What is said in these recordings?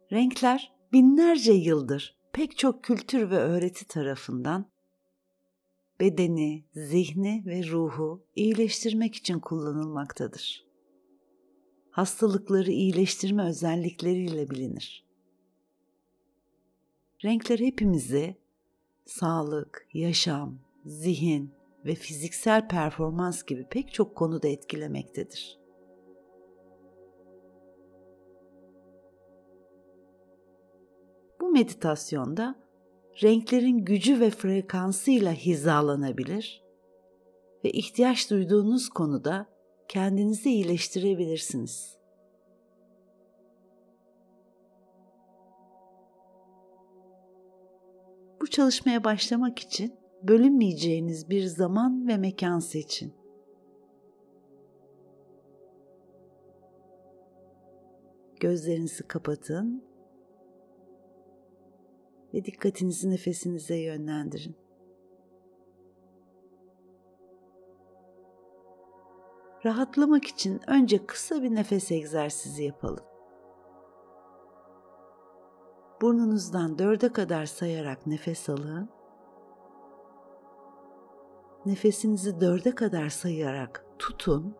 Renkler binlerce yıldır pek çok kültür ve öğreti tarafından bedeni, zihni ve ruhu iyileştirmek için kullanılmaktadır. Hastalıkları iyileştirme özellikleriyle bilinir. Renkler hepimizi sağlık, yaşam, zihin ve fiziksel performans gibi pek çok konuda etkilemektedir. Bu meditasyonda renklerin gücü ve frekansıyla hizalanabilir ve ihtiyaç duyduğunuz konuda kendinizi iyileştirebilirsiniz. Bu çalışmaya başlamak için bölünmeyeceğiniz bir zaman ve mekan seçin. Gözlerinizi kapatın ve dikkatinizi nefesinize yönlendirin. Rahatlamak için önce kısa bir nefes egzersizi yapalım. Burnunuzdan 4'e kadar sayarak nefes alın. Nefesinizi 4'e kadar sayarak tutun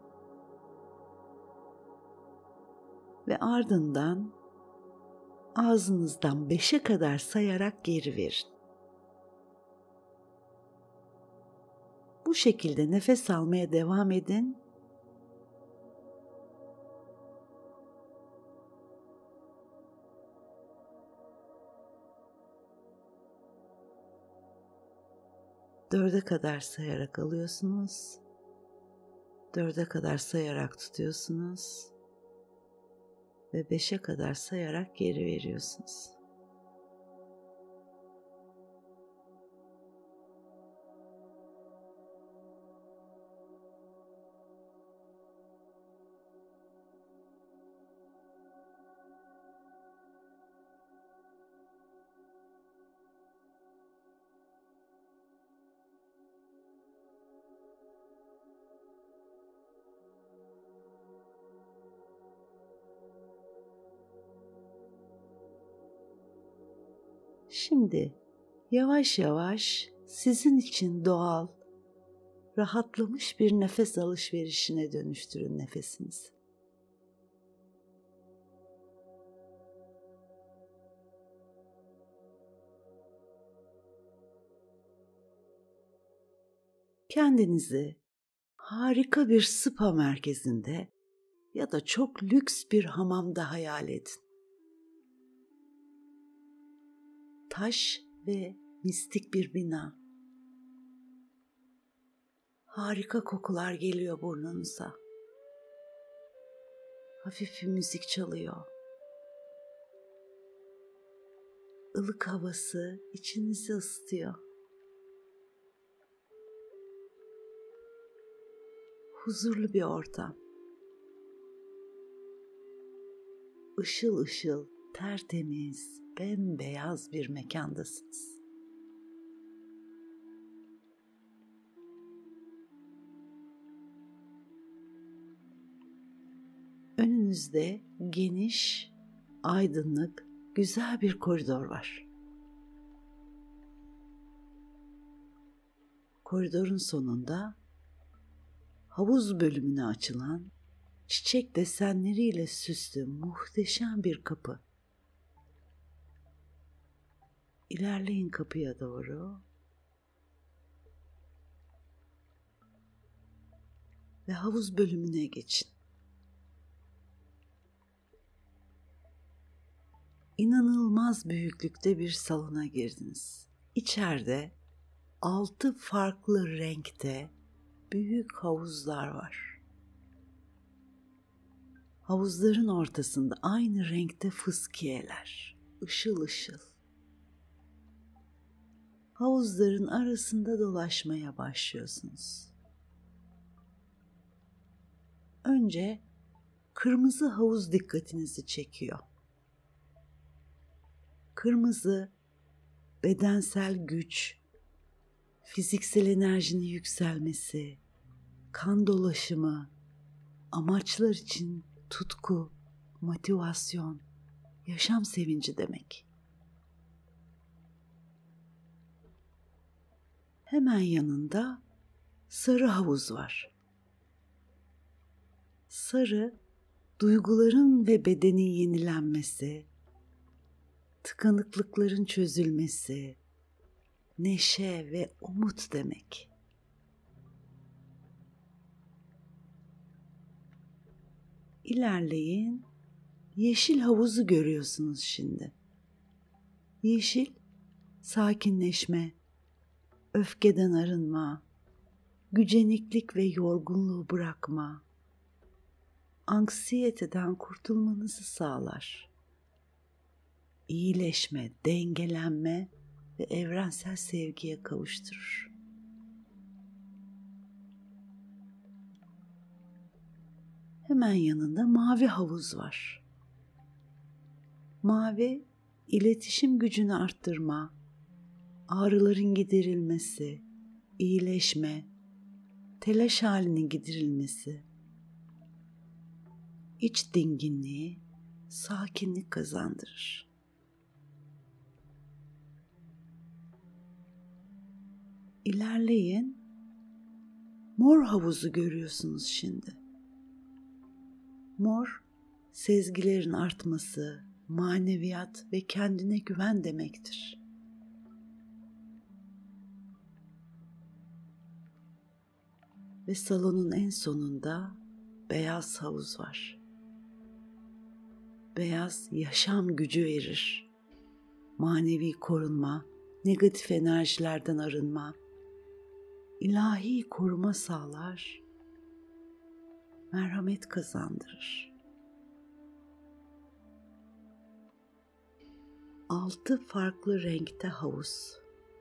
ve ardından ağzınızdan 5'e kadar sayarak geri verin. Bu şekilde nefes almaya devam edin. Dörde kadar sayarak alıyorsunuz. 4'e kadar sayarak tutuyorsunuz. Ve 5'e kadar sayarak geri veriyorsunuz. Şimdi yavaş yavaş sizin için doğal, rahatlamış bir nefes alışverişine dönüştürün nefesinizi. Kendinizi harika bir spa merkezinde ya da çok lüks bir hamamda hayal edin. Taş ve mistik bir bina. Harika kokular geliyor burnunuza. Hafif bir müzik çalıyor. Ilık havası içinizi ısıtıyor. Huzurlu bir ortam. Işıl ışıl, tertemiz, bembeyaz bir mekandasınız. Önünüzde geniş, aydınlık, güzel bir koridor var. Koridorun sonunda havuz bölümüne açılan çiçek desenleriyle süslü muhteşem bir kapı. İlerleyin kapıya doğru ve havuz bölümüne geçin. İnanılmaz büyüklükte bir salona girdiniz. İçeride 6 farklı renkte büyük havuzlar var. Havuzların ortasında aynı renkte fıskiyeler, ışıl ışıl. Havuzların arasında dolaşmaya başlıyorsunuz. Önce kırmızı havuz dikkatinizi çekiyor. Kırmızı, bedensel güç, fiziksel enerjinin yükselmesi, kan dolaşımı, amaçlar için tutku, motivasyon, yaşam sevinci demek. Hemen yanında sarı havuz var. Sarı, duyguların ve bedenin yenilenmesi, tıkanıklıkların çözülmesi, neşe ve umut demek. İlerleyin, yeşil havuzu görüyorsunuz şimdi. Yeşil, sakinleşme, öfkeden arınma, güceniklik ve yorgunluğu bırakma, anksiyeteden kurtulmanızı sağlar. İyileşme, dengelenme ve evrensel sevgiye kavuşturur. Hemen yanında mavi havuz var. Mavi, iletişim gücünü arttırma, ağrıların giderilmesi, iyileşme, telaş halinin giderilmesi, iç dinginliği, sakinlik kazandırır. İlerleyin, mor havuzu görüyorsunuz şimdi. Mor, sezgilerin artması, maneviyat ve kendine güven demektir. Ve salonun en sonunda beyaz havuz var. Beyaz yaşam gücü verir. Manevi korunma, negatif enerjilerden arınma, ilahi koruma sağlar, merhamet kazandırır. 6 farklı renkte havuz.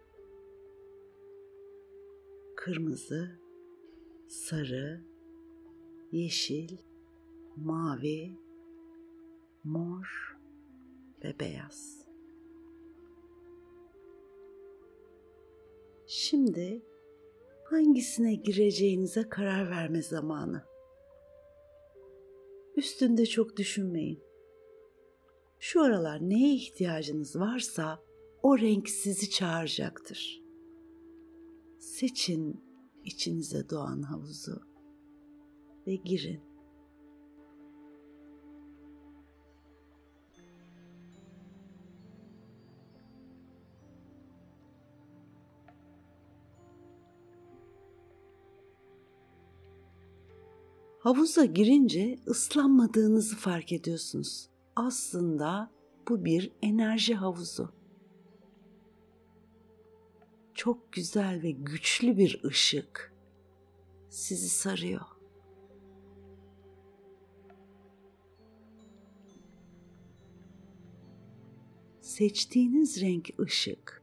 Kırmızı, sarı, yeşil, mavi, mor ve beyaz. Şimdi hangisine gireceğinize karar verme zamanı. Üstünde çok düşünmeyin. Şu aralar neye ihtiyacınız varsa o renk sizi çağıracaktır. Seçin içinize doğan havuzu ve girin. Havuza girince ıslanmadığınızı fark ediyorsunuz. Aslında bu bir enerji havuzu. Çok güzel ve güçlü bir ışık sizi sarıyor. Seçtiğiniz renk ışık,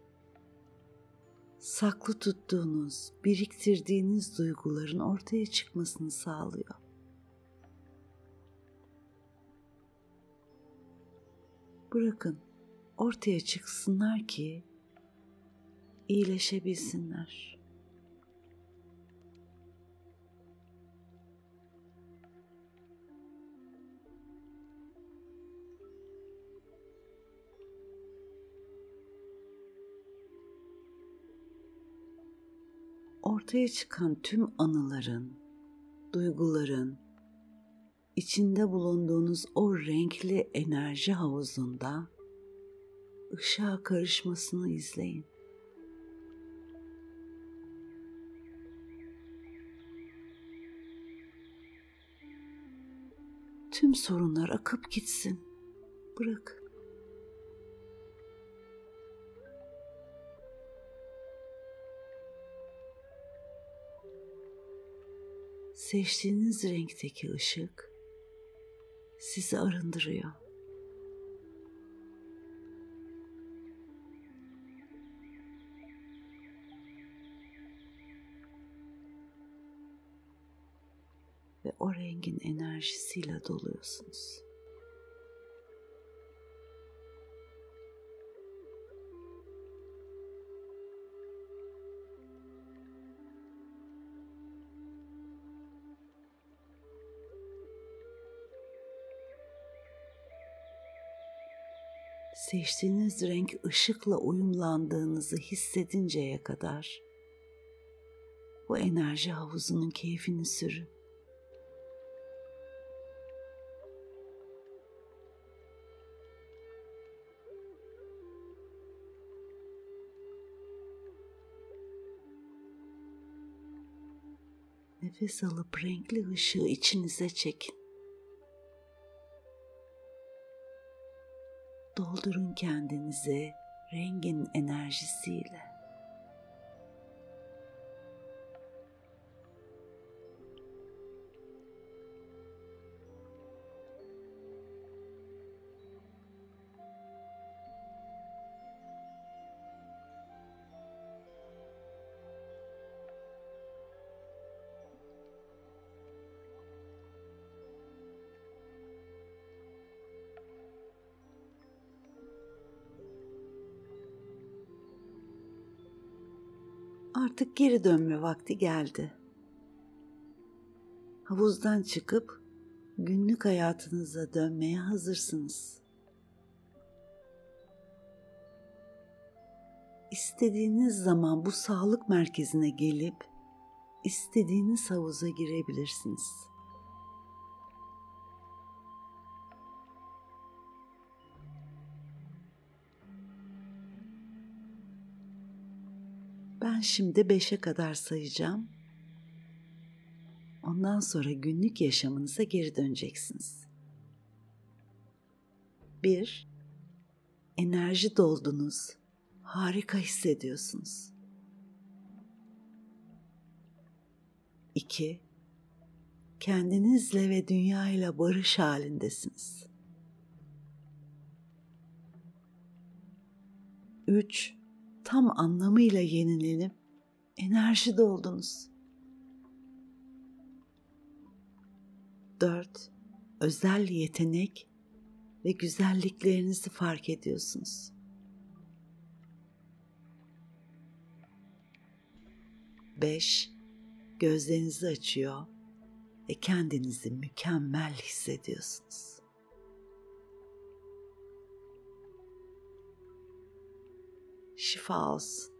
saklı tuttuğunuz, biriktirdiğiniz duyguların ortaya çıkmasını sağlıyor. Bırakın ortaya çıksınlar ki iyileşebilsinler. Ortaya çıkan tüm anıların, duyguların, içinde bulunduğunuz o renkli enerji havuzunda ışığa karışmasını izleyin. Tüm sorunlar akıp gitsin. Bırak. Seçtiğiniz renkteki ışık sizi arındırıyor. Ve o rengin enerjisiyle doluyorsunuz. seçtiğiniz renk ışıkla uyumlandığınızı hissedinceye kadar bu enerji havuzunun keyfini sürün. Nefes alıp renkli ışığı içinize çekin. Doldurun kendinizi rengin enerjisiyle. Artık geri dönme vakti geldi. Havuzdan çıkıp günlük hayatınıza dönmeye hazırsınız. İstediğiniz zaman bu sağlık merkezine gelip istediğiniz havuza girebilirsiniz. Ben şimdi 5'e kadar sayacağım. Ondan sonra günlük yaşamınıza geri döneceksiniz. 1. Enerji doldunuz. Harika hissediyorsunuz. 2. Kendinizle ve dünyayla barış halindesiniz. 3. Tam anlamıyla yenilenip enerji doldunuz. 4. Özel yetenek ve güzelliklerinizi fark ediyorsunuz. 5. Gözlerinizi açıyor ve kendinizi mükemmel hissediyorsunuz. Şifa olsun.